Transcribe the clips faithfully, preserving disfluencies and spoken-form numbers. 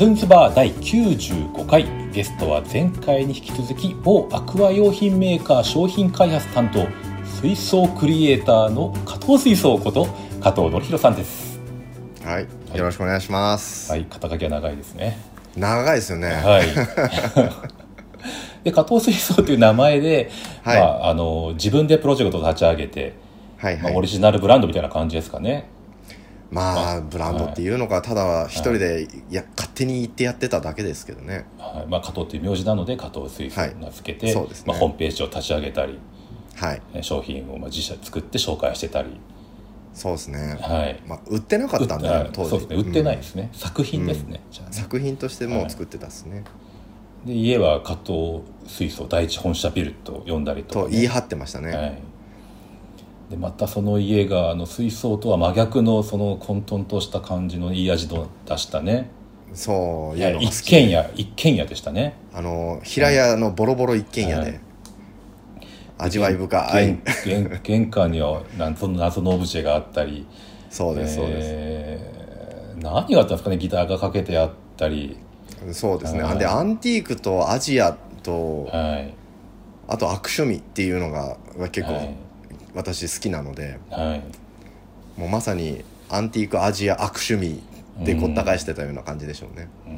ズンズバーだいきゅうじゅうごかい、ゲストは前回に引き続き某アクア用品メーカー商品開発担当、水槽クリエイターの加藤水槽こと加藤典弘さんです。 はい、よろしくお願いします。 はい、肩書きは長いですね。 長いですよね。 はいで加藤水槽という名前で、はい、まあ、あの自分でプロジェクトを立ち上げて、はいはい、まあ、オリジナルブランドみたいな感じですかね。 まあ、まあ、ブランドっていうのか、はい、ただ一人でや勝手に言ってやってただけですけどね、 はい、まあ、加藤という名字なので加藤水槽を名付けて、はい、そうですね、まあ、ホームページを立ち上げたり、はい、商品をまあ自社作って紹介してたり。 そうですね、 はい、 まあ、売ってなかったんだよ当時。 そうですね、売ってないですね、うん、作品ですね、 うん、じゃあね、作品としてもう作ってたですね、はい、 で家は加藤水槽第一本社ビルと呼んだりとか、ね、 と言い張ってましたね、はい、 でまたその家があの水槽とは真逆のその混沌とした感じのいい味を出したね。 そういうのが好き、一軒家一軒家でしたね。 あの平屋のボロボロ一軒家で、はい、味わい深い玄, 玄関には謎の謎のオブジェがあったり、 そうですそうです、 えー、何があったんですかね、ギターがかけてあったり。 そうですね、でアンティークとアジアと、はい、あと悪趣味っていうのが結構、はい、私好きなので、はい、もうまさにアンティークアジア悪趣味でごった返してたような感じでしょうね。 うん、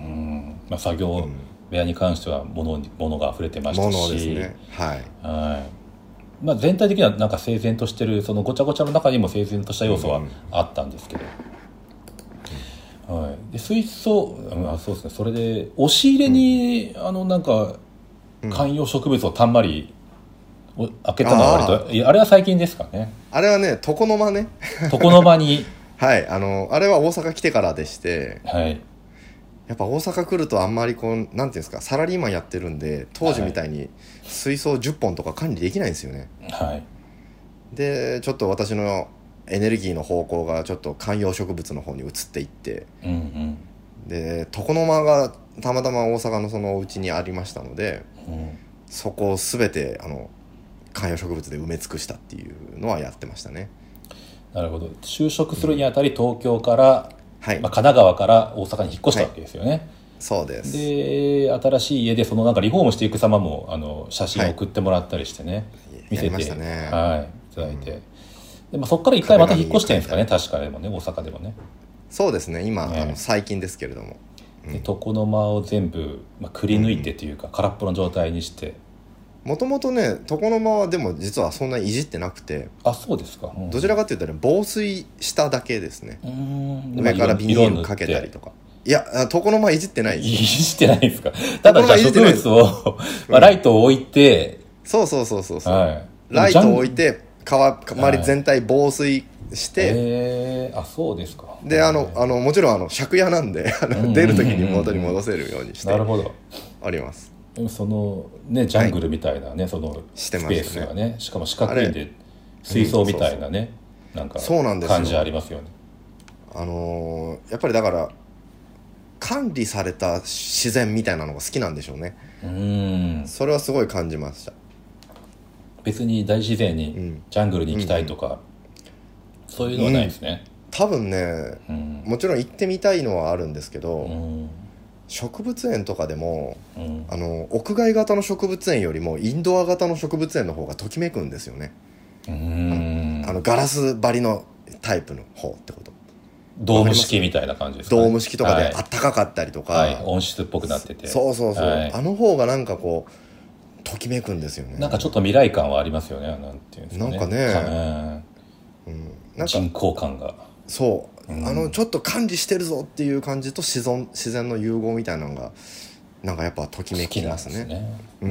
まあ、作業部屋に関しては物に物が溢れてましたし、 物ですね、はい、 はい、まあ、全体的にはなんか整然としてる、そのごちゃごちゃの中にも整然とした要素はあったんですけど、うん、はい、で水槽、あ、そうですね、それで押し入れに、うん、あのなんか観葉植物をたんまり開けたのは割と あ, あれは最近ですかね。 あれはね、床の間ね床の間にはい、あのあれは大阪来てからでして、 はい、 やっぱ大阪来るとあんまりこうなんていうんですか、サラリーマンやってるんで当時みたいに水槽じゅっぽんとか管理できないんですよね、はい、でちょっと私のエネルギーの方向がちょっと観葉植物の方に移っていって、うんうん、で床の間がたまたま大阪のそのお家にありましたので、うん、そこを全てあの観葉植物で埋め尽くしたっていうのはやってましたね。 なるほど。就職するにあたり東京から、うん、はい、まあ、神奈川から大阪に引っ越したわけですよね、はい、 そうです。 で新しい家でそのなんかリフォームしていく様もあの写真を送ってもらったりしてね、はい、見せて、 やりましたね、 はい、いただいて、うん、で、まあ、そこから一回また引っ越してるんですかね、確かでもね、大阪でもね。 そうですね、今、ね、あの最近ですけれども、 うん、で床の間を全部、まあ、くり抜いてというか、うん、空っぽの状態にして。 もともとね、床の間はでも実はそんなにいじってなくて。 あ、そうですか、うん、 どちらかというとね、防水しただけですね。うーん、上からビニールかけたりとか。いや、床の間いじってないです。 いじってないですか。ただじゃあ植物を、まあ、ライトを置いて、 うん、そうそうそうそうそう、はい、ライトを置いて川周り全体防水して、はい、 えー、あ、そうですか。 で、あの、あのもちろんあの借家なんであの出る時に元に戻せるようにして、なるほど、あります。 そのね、ジャングルみたいなね、はい、そのスペースが ね, ねしかも四角いんで水槽みたいなね、うん、なんか感じありますよね。 あのー、やっぱりだから管理された自然みたいなのが好きなんでしょうね。うん、それはすごい感じました。 別に大自然にジャングルに行きたいとか、うん、そういうのはないですね、 うん、多分ね、うん、もちろん行ってみたいのはあるんですけど、うん、植物園とかでも、うん、あの屋外型の植物園よりもインドア型の植物園の方がときめくんですよね。うーん、あの、あのガラス張りのタイプの方ってこと。 ドーム式みたいな感じですかね。 ドーム式とかであったかかったりとか、 はいはい、温室っぽくなってて、 そうそうそう、はい、あの方がなんかこうときめくんですよね。 なんかちょっと未来感はありますよね。なんていうんですかね、 なんかね、 うん、なんか人工感が、 そう、うん、あのちょっと管理してるぞっていう感じと自然、自然の融合みたいなのがなんかやっぱときめきますね。 好きなんですね、うん、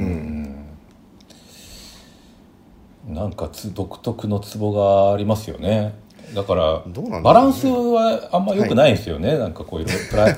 うん、なんかつ独特のツボがありますよね。だからどうなんだろうね、バランスはあんま良くないですよね、はい、なんかこういうプライ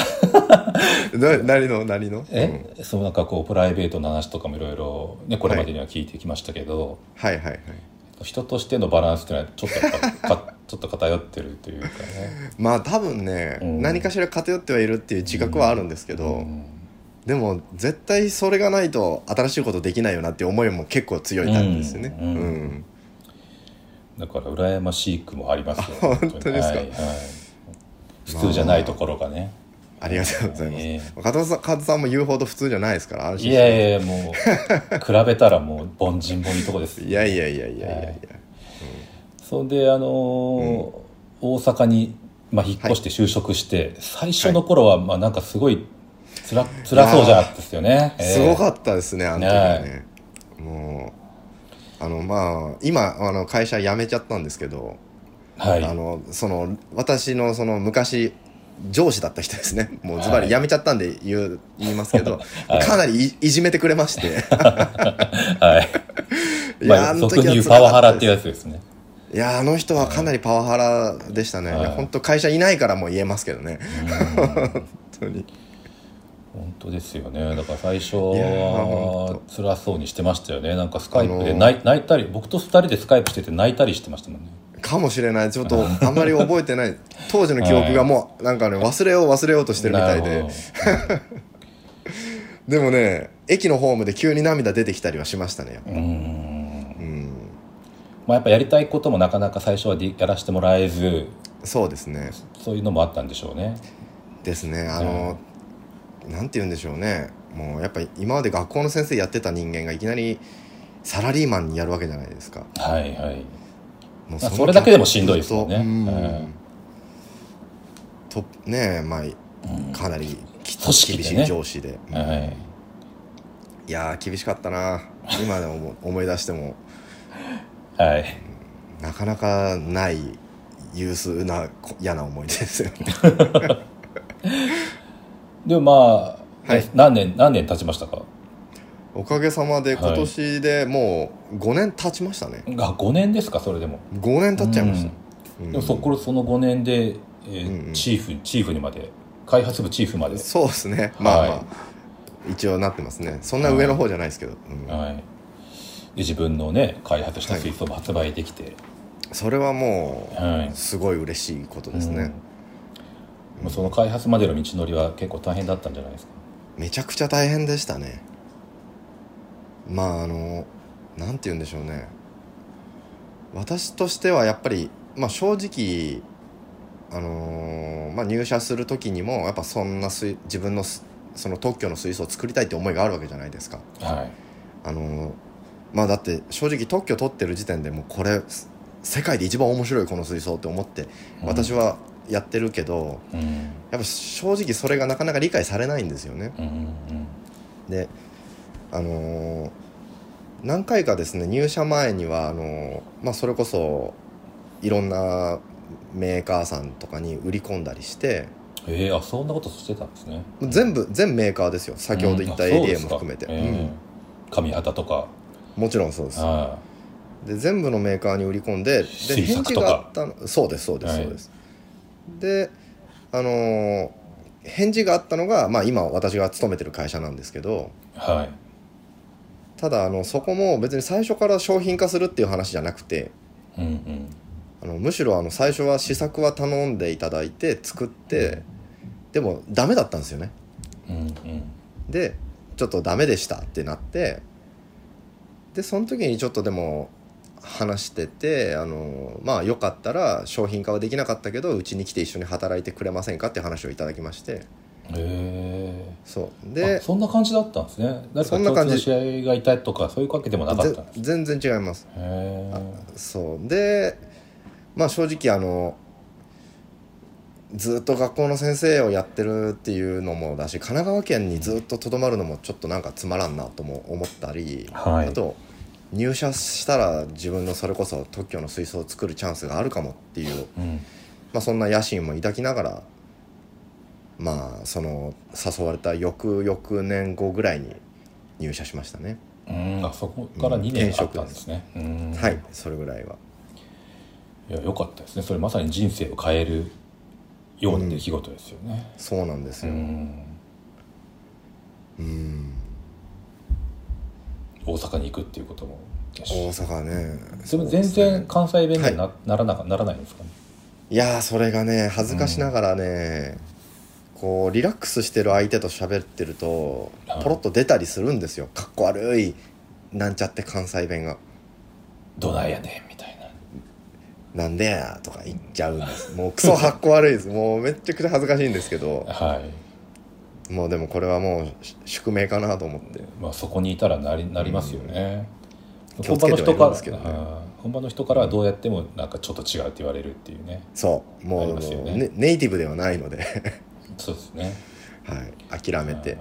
何の何のえ、うん、そう、なんかこうプライベートな話とかもいろいろね、これまでには聞いてきましたけど、 はい、はいはいはい、 人としてのバランスっていうのはちょっとやっぱかちょっと偏ってるというかね。 まあ多分ね、うん、何かしら偏ってはいるっていう自覚はあるんですけど、うん、でも絶対それがないと新しいことできないよなっていう思いも結構強いタイプですよね、うんうんうん、 だから羨ましくもありますよ。 本当ですか、はいはい、 普通じゃないところがね、 ありがとうございます、えー、加藤さん、加藤さんも言うほど普通じゃないですから安心して。 いやいやもう比べたらもう凡人もいいとこです、 いやいやいやいやいやいや、はい、うん、 それであのーうん、大阪に、まあ、引っ越して就職して、はい、最初の頃はまあなんかすごいつら辛そうじゃったですよね、 えー、すごかったですねあの時はね、もうあのまあ今あの会社辞めちゃったんですけど、はい、あのその私のその昔上司だった人ですね、もうズバリ辞めちゃったんで言う、はい、言いますけど、はい、かなり い, いじめてくれましてはい、いや、まあ、あの時は言うパワハラっていうやつですね。いや、あの人はかなりパワハラでしたね、はい、本当会社いないからもう言えますけどね本当に本当ですよね。だから最初は辛そうにしてましたよね。なんかスカイプで泣い、泣いたり、僕とふたりでスカイプしてて泣いたりしてましたもんね。 かもしれない。ちょっとあんまり覚えてない当時の記憶がもうなんかね忘れよう忘れようとしてるみたいででもね駅のホームで急に涙出てきたりはしましたね。うーん、うん、 まあ、やっぱやりたいこともなかなか最初はやらせてもらえず、 そうですね、 そういうのもあったんでしょうね。 ですね。あの、うん、なんて言うんでしょうね、もうやっぱり今まで学校の先生やってた人間がいきなりサラリーマンにやるわけじゃないですか。 はいはい。もう そ, それだけでもしんどいですよね。うん、うん、 とねえ、まあかなりきつい、厳しい上司で、うん、はい、いや厳しかったな今でも思い出してもはい、なかなかない有数な嫌な思い出ですよねでもまあ、はい、何年何年経ちましたか？ おかげさまで今年でもうごねん経ちましたね。 あ、ごねんですか？それでもごねん経っちゃいました、 うんうん、でもそこそのごねんで、えーうんうん、チーフチーフにまで、開発部チーフまで。 そうですね、まあ、はい、まあ一応なってますね。そんな上の方じゃないですけど、はい、うんはい、で自分のね開発した水槽も発売できて、はい、 それはもうすごい嬉しいことですね、 うん、その開発までの道のりは結構大変だったんじゃないですか？ めちゃくちゃ大変でしたね。まああのなんて言うんでしょうね、私としてはやっぱり、まあ、正直、あのーまあ、入社する時にもやっぱそんな水自分のその特許の水槽を作りたいって思いがあるわけじゃないですか、はい、あのーまあ、だって正直特許取ってる時点でもうこれ世界で一番面白いこの水槽って思って私はやってるけど、うん、やっぱ正直それがなかなか理解されないんですよね、うんうん、であのー、何回かですね入社前にはあのーまあ、それこそいろんなメーカーさんとかに売り込んだりして、 えー、あそんなことしてたんですね。 全部全メーカーですよ、先ほど言った エーディーエー も含めて、 えーうん、上畑とかもちろんそうです。で全部のメーカーに売り込んで、で返事があったの、そうですそうですそうです、はい、であのー、返事があったのが、まあ、今私が勤めてる会社なんですけど、はい、ただあのそこも別に最初から商品化するっていう話じゃなくて、うんうん、あのむしろあの最初は試作は頼んでいただいて作って、でもダメだったんですよね、うんうん、でちょっとダメでしたってなって、でその時にちょっとでも話してて、あのまあよかったら商品化はできなかったけどうちに来て一緒に働いてくれませんかっていう話をいただきまして、へえ、 そうでそんな感じだったんですね。誰か共通の知り合いがいたとかそういうわけでもなかったんです。 全然違います。へえ、そうで、まあ正直あのずっと学校の先生をやってるっていうのもだし、神奈川県にずっととどまるのもちょっとなんかつまらんなとも思ったり、はい、あと入社したら自分のそれこそ特許の水槽を作るチャンスがあるかもっていう、うん、まあ、そんな野心も抱きながら、まあその誘われた翌々年後ぐらいに入社しましたね。 うん、あそこからにねんあったんですね、うん、 はい、それぐらいは。 いや良かったですね。それまさに人生を変えるような出来事ですよね、 うん、そうなんですよ。うん、 うん、大阪に行くっていうことも、 大阪ね、 それ全然関西弁に な,、はい、ならなならないんですかね。 いやそれがね恥ずかしながらね、うん、こうリラックスしてる相手と喋ってるとポロッと出たりするんですよ、かっこ悪いなんちゃって関西弁が。 どないやねんみたいな、 なんでやとか言っちゃうんです。もうクソかっこ悪いです。もうめっちゃくちゃ恥ずかしいんですけど、はい、 もうでもこれはもう宿命かなと思って、 まあ、そこにいたらなり、なりますよね、うん、 本場の人から、ね、 本場の人からはどうやってもなんかちょっと違うって言われるっていうね、 そうもう、ね、ネイティブではないのでそうですね、 はい、諦めて、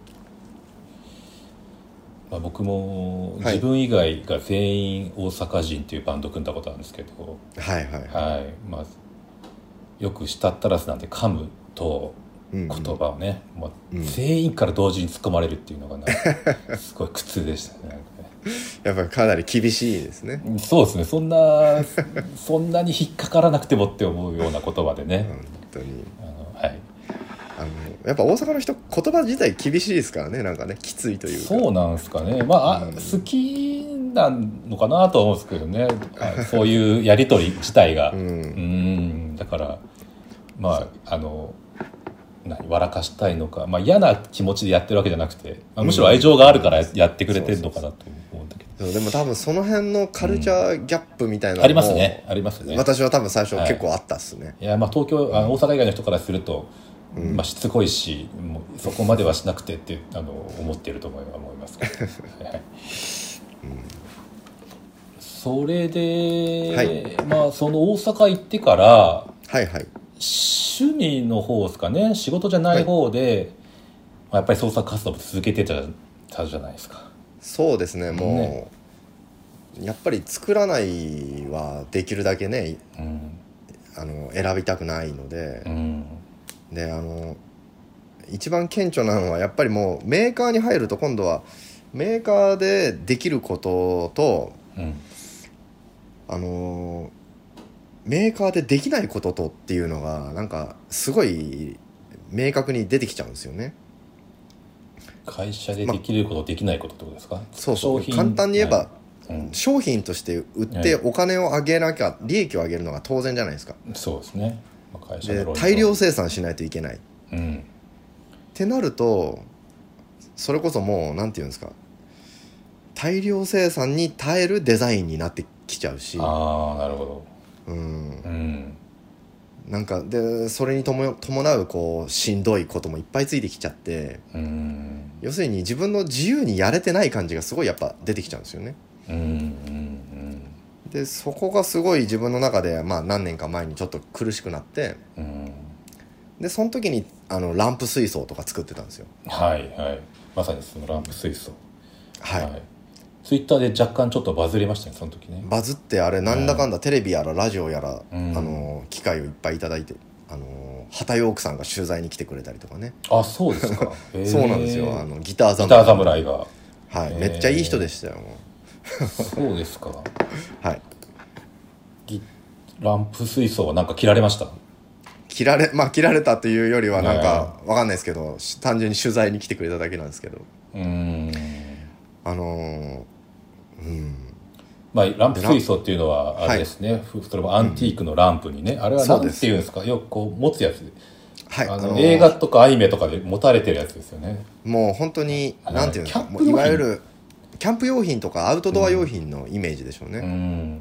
まあ、僕も自分以外が全員大阪人っていうバンド組んだことあるんですけど、 はいはいはい、まあ、よく舌ったらずなんて噛むと言葉をね、うんうん、まあ、全員から同時に突っ込まれるっていうのが、ね、すごい苦痛でしたねやっぱりかなり厳しいですね。 そうですね、そんなそんなに引っかからなくてもって思うような言葉でね、 本当にあの、はい、 あのやっぱ大阪の人言葉自体厳しいですからね、なんかね、きついというか。 そうなんですかね、まあ、うん、好きなのかなとは思うんですけどねそういうやり取り自体が、うん、うんだからまああの何笑かしたいのか、まあ、嫌な気持ちでやってるわけじゃなくて、まあ、むしろ愛情があるからやってくれてるのかなと思うんだけど、 そうでも多分その辺のカルチャーギャップみたいなのも、 うん、ありますねありますね。 私は多分最初結構あったっすね、はい、 いやまあ東京あの大阪以外の人からすると、うんまあ、しつこいしもうそこまではしなくてってあの思っていると思いますけど、はい、うん、それで、はい、まあその大阪行ってから、 はいはい、 趣味の方ですかね、仕事じゃない方で、はい、やっぱり創作活動も続けてたじゃないですか。 そうですね、もう、ね、やっぱり作らないはできるだけね、うん、あの選びたくないので、うん、であの一番顕著なのはやっぱりもうメーカーに入ると今度はメーカーでできることと、うん、あのメーカーでできないこととっていうのがなんかすごい明確に出てきちゃうんですよね。 会社でできること、ま、できないことってことですか。 そうそう、簡単に言えば、はい、うん、商品として売ってお金を上げなきゃ、はい、利益を上げるのが当然じゃないですか。 そうですね、まあ、会社で大量生産しないといけない、うん、ってなるとそれこそもうなんていうんですか、大量生産に耐えるデザインになってきちゃうし、 ああなるほど、 うん、うん、なんかでそれに伴うこうしんどいこともいっぱいついてきちゃって、うん、要するに自分の自由にやれてない感じがすごいやっぱ出てきちゃうんですよね、うんうんうん、でそこがすごい自分の中で、まあ、何年か前にちょっと苦しくなって、うん、でその時にあのランプ水槽とか作ってたんですよ。 はいはい、まさにそのランプ水槽、 はい、はい、 ツイッターで若干ちょっとバズりましたね、その時ね。 バズってあれなんだかんだ、うん、テレビやらラジオやら、うん、あの機会をいっぱいいただいて、あの畑陽区さんが取材に来てくれたりとかね。 あ、そうですかそうなんですよ、あのギター侍、 ギター侍が、 はい、めっちゃいい人でしたよ。もうそうですかはい、 ランプ水槽はなんか切られました？ 切られ、まあ切られたというよりはなんかわかんないですけど、単純に取材に来てくれただけなんですけど、うーん、あのー、うん、 まあ、ランプ水槽っていうのはあれですね、はい、それもアンティークのランプにね、うん、あれは何ていうんですか、よくこう持つやつ、はい、あの、あのー、映画とかアニメとかで持たれてるやつですよね。 もう本当になんていうんですか、もういわゆるキャンプ用品とかアウトドア用品のイメージでしょうね、うん、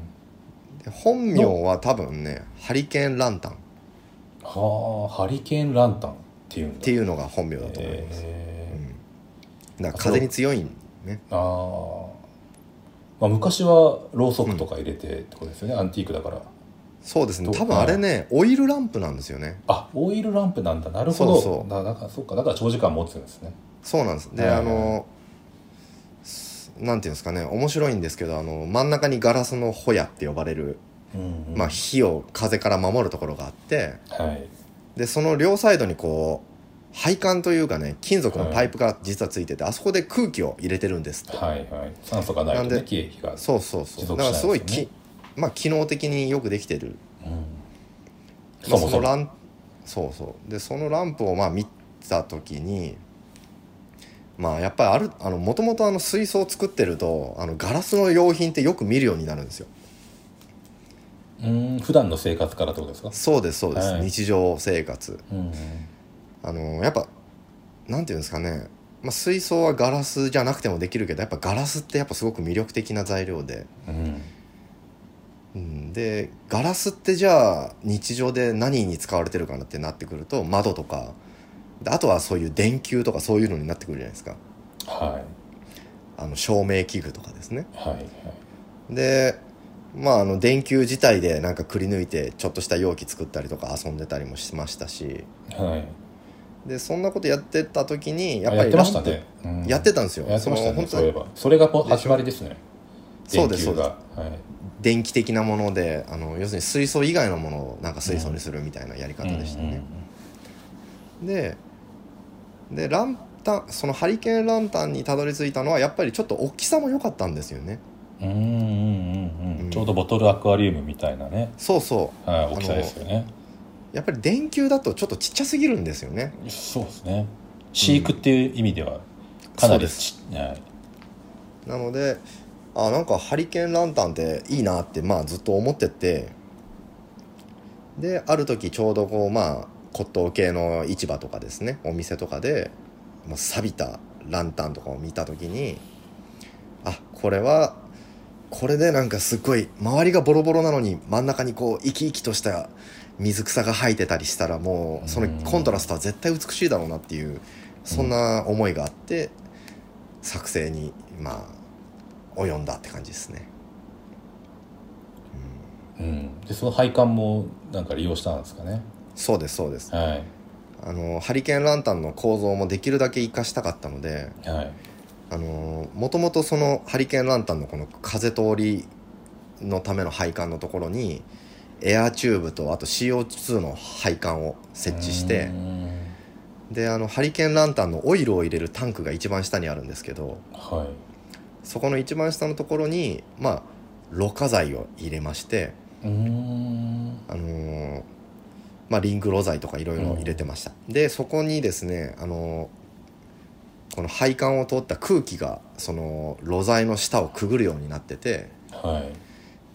で本名は多分ねハリケーンランタン、 はあ、ハリケーンランタンっていうんだっていうのが本名だと思います、えー、うん、だから風に強いんね。 あ、まあ、昔はろうそくとか入れてってことですよね、うん、アンティークだから。 そうですね、多分あれねオイルランプなんですよね。 あ、オイルランプなんだ、なるほど。そうそう、だ, だからそうか、だから長時間持つんですね。 そうなんです。で、あのなんていうんですかね、面白いんですけど、あの真ん中にガラスのホヤって呼ばれる、うんうん、まあ、火を風から守るところがあって、はい、でその両サイドにこう配管というかね、金属のパイプが実はついてて、はい、あそこで空気を入れてるんですって。はいはい、酸素がないとね、気がそうそうそう、だからすごいき、まあ、機能的によくできてる、うん、そもそもランそうそうでそのランプをまあ見た時に、まあやっぱりあるあのもともとあの水槽を作ってるとあのガラスの用品ってよく見るようになるんですよ。 うーん、普段の生活からってことですか？ そうですそうです、はい、日常生活、うんうん、あのやっぱなんていうんですかね、まあ、水槽はガラスじゃなくてもできるけど、やっぱガラスってやっぱすごく魅力的な材料で、うんうん、でガラスってじゃあ日常で何に使われてるかなってなってくると、窓とかであとはそういう電球とかそういうのになってくるじゃないですか。 はい、 あの照明器具とかですね。 はいはい、 でまああの電球自体でなんかくり抜いてちょっとした容器作ったりとか遊んでたりもしましたし、 はい、 でそんなことやってた時にやっぱりやってましたね、 うん、やってたんですよ。 やってましたね、 そそういえばそれが始まりですね。 そうですそうです、 はい、 電気的なものであの要するに水素以外のものをなんか水素にするみたいなやり方でしたね、うんうんうん、ででランタンそのハリケーンランタンにたどり着いたのはやっぱりちょっと大きさも良かったんですよね。 うんうんうんうん、ちょうどボトルアクアリウムみたいなね。 そうそう、 はい、大きさですよね。 やっぱり電球だとちょっとちっちゃすぎるんですよね。 そうですね、飼育っていう意味ではかなりち、 うん、 はい、 なのであなんかハリケーンランタンっていいなってまあずっと思ってて、である時ちょうどこうまあ骨董系の市場とかですねお店とかで、まあ、錆びたランタンとかを見た時にあこれはこれでなんかすっごい周りがボロボロなのに真ん中にこう生き生きとした水草が生えてたりしたらもうそのコントラストは絶対美しいだろうなっていうそんな思いがあって作成にまあ及んだって感じですね。 うん、うん、でその配管もなんか利用したんですかね。 そうですそうです、 はい、 あのハリケーンランタンの構造もできるだけ活かしたかったので、 はい、 あのもともとそのハリケーンランタンのこの風通りのための配管のところにエアチューブとあと シーオーツー の配管を設置して、であのハリケーンランタンのオイルを入れるタンクが一番下にあるんですけど、 はい、 そこの一番下のところにまあろ過剤を入れまして、 うーんあのーまあ、リングロ剤とかいろいろ入れてました、うん、でそこにですね、あのー、この配管を通った空気がそのロ剤の下をくぐるようになってて、 はい、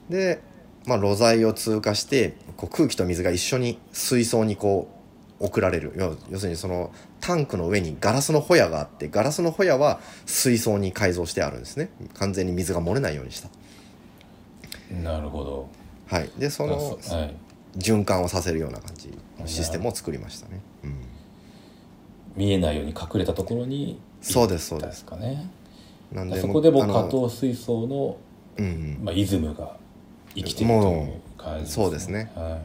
で、まあ、ロ剤を通過してこう空気と水が一緒に水槽にこう送られる。要するにそのタンクの上にガラスのホヤがあって、ガラスのホヤは水槽に改造してあるんですね。完全に水が漏れないようにした。 なるほど。 はい、でその、はい、循環をさせるような感じのシステムを作りましたね、うん、 見えないように隠れたところにそうですそうですかね。 なんでそこでも加藤水槽の、 うんまあ、イズムが生きてるという感じですね。 そうですね、はい、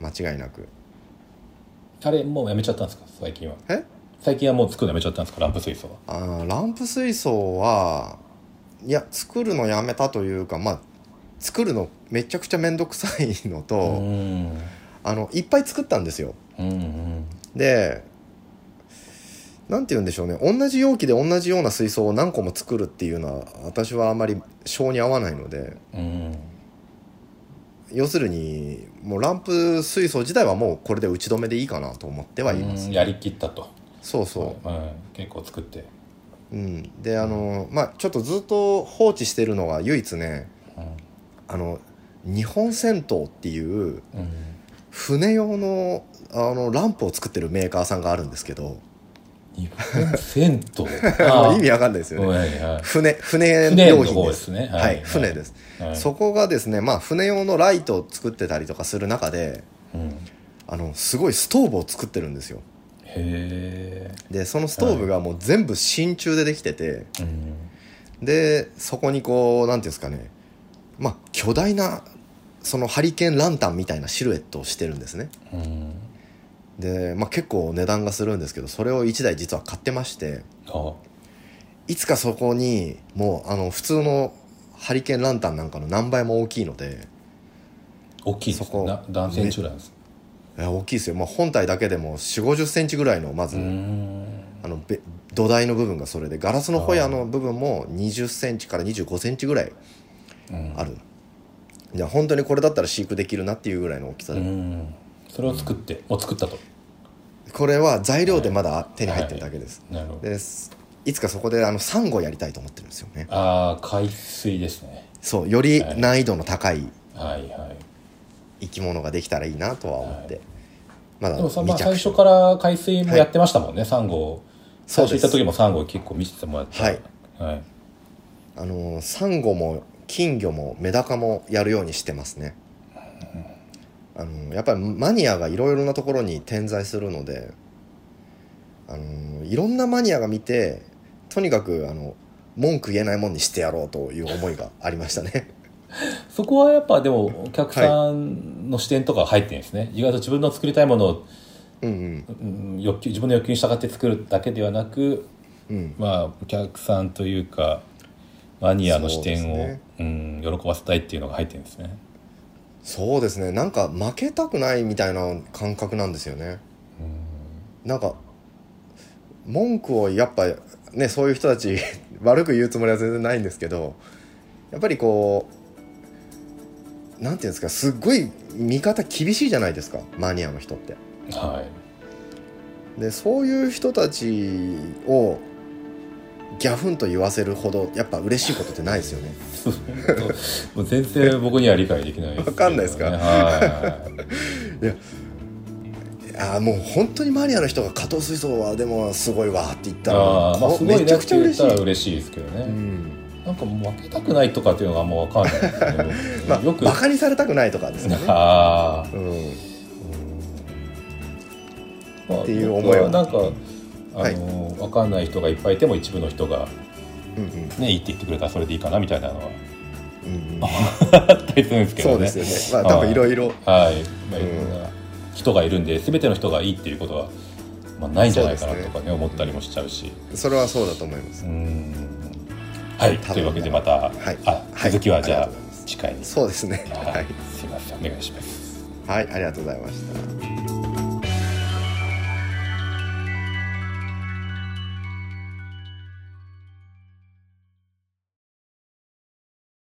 間違いなく。 あれもうやめちゃったんですか最近は。 え最近はもう作るのやめちゃったんですかランプ水槽は。あランプ水槽はいや作るのやめたというか、まあ作るのめちゃくちゃめんどくさいのと、うんあのいっぱい作ったんですよ、うんうん、でなんて言うんでしょうね、同じ容器で同じような水槽を何個も作るっていうのは私はあまり性に合わないので、うん、要するにもうランプ水槽自体はもうこれで打ち止めでいいかなと思ってはいます、 やりきったと。 そうそう、 はいはい、結構作って、 うん、であの、まあ、ちょっとずっと放置してるのが唯一ね、うん、あの日本銭湯っていう、うん、船用の、あのランプを作ってるメーカーさんがあるんですけど、 日本銭湯意味わかんないですよね、はいはい、船船用品です、ね、はい、はい、船です、はい、そこがですね、まあ、船用のライトを作ってたりとかする中で、うん、あのすごいストーブを作ってるんですよ。 へでそのストーブがもう全部真鍮でできてて、はい、でそこにこうなんていうんですかね、まあ巨大なそのハリケーンランタンみたいなシルエットをしてるんですね、うん、で、まあ、結構値段がするんですけど、それをいちだい実は買ってまして、いつかそこにもうあの普通のハリケーンランタンなんかの何倍も大きいので。 大きいですね。何センチぐらいですか。 大きいですよ、まあ、本体だけでも よんじゅうごじゅっセンチぐらいのまずあの土台の部分がそれで、ガラスのホヤの部分もにじゅっセンチからにじゅうごセンチぐらいある。じゃあ本当にこれだったら飼育できるなっていうぐらいの大きさで、 うんそれを作って、うん、もう作ったと。 これは材料でまだ手に入ってるだけです、 はいはい、なるほど。 でいつかそこであのサンゴやりたいと思ってるんですよね。 ああ海水ですね。 そうより難易度の高い、 はいはいはい生き物ができたらいいなとは思って、はい、 まだでもさ、まあ、最初から海水もやってましたもんね、はい、サンゴ最初行った時もサンゴ結構見せてもらって、 はいはい、あのサンゴも金魚もメダカもやるようにしてますね、うん、あのやっぱりマニアがいろいろなところに点在するので、 あのいろんなマニアが見てとにかくあの文句言えないもんにしてやろうという思いがありましたねそこはやっぱでもお客さんの視点とか入ってるんですね、はい、意外と自分の作りたいものを、うんうん、欲求自分の欲求に従って作るだけではなく、うん、まあお客さんというかマニアの視点を、ね、うん、喜ばせたいっていうのが入ってるんですね。 そうですね、なんか負けたくないみたいな感覚なんですよね。うん、なんか文句をやっぱね、そういう人たち悪く言うつもりは全然ないんですけど、やっぱりこうなんていうんですか、すっごい見方厳しいじゃないですか、マニアの人って。 はい、 でそういう人たちをギャフンと言わせるほどやっぱ嬉しいことってないですよねもう全然僕には理解できないです、ね、 分かんないですか。はいいやあもう本当にマニアの人が加藤水槽はでもすごいわって言ったら、 あ、まあ、すごいめちゃくちゃ嬉しい。言ったら嬉しいですけどね、うん、なんかもう負けたくないとかっていうのがあんま分かんないですけどまあ、よくバカにされたくないとかですねあ、うんうん、っていう思いはなんかあの、はい、分かんない人がいっぱいいても一部の人が、うんうんね、いいって言ってくれたらそれでいいかなみたいなのは、うんうん、あったりするんですけどね。 そうですよね、まあ、多分いろいろ、 はい、まあ、いろんな人がいるんで全ての人がいいっていうことは、まあ、ないんじゃないかなとかね、思ったりもしちゃうし、 それはそうだと思います。 うん、はい、というわけでまた、はい、あ続きはじゃあ、はい、次回に。 そうですね、 はい、すいません、お願いします。 はい、ありがとうございました。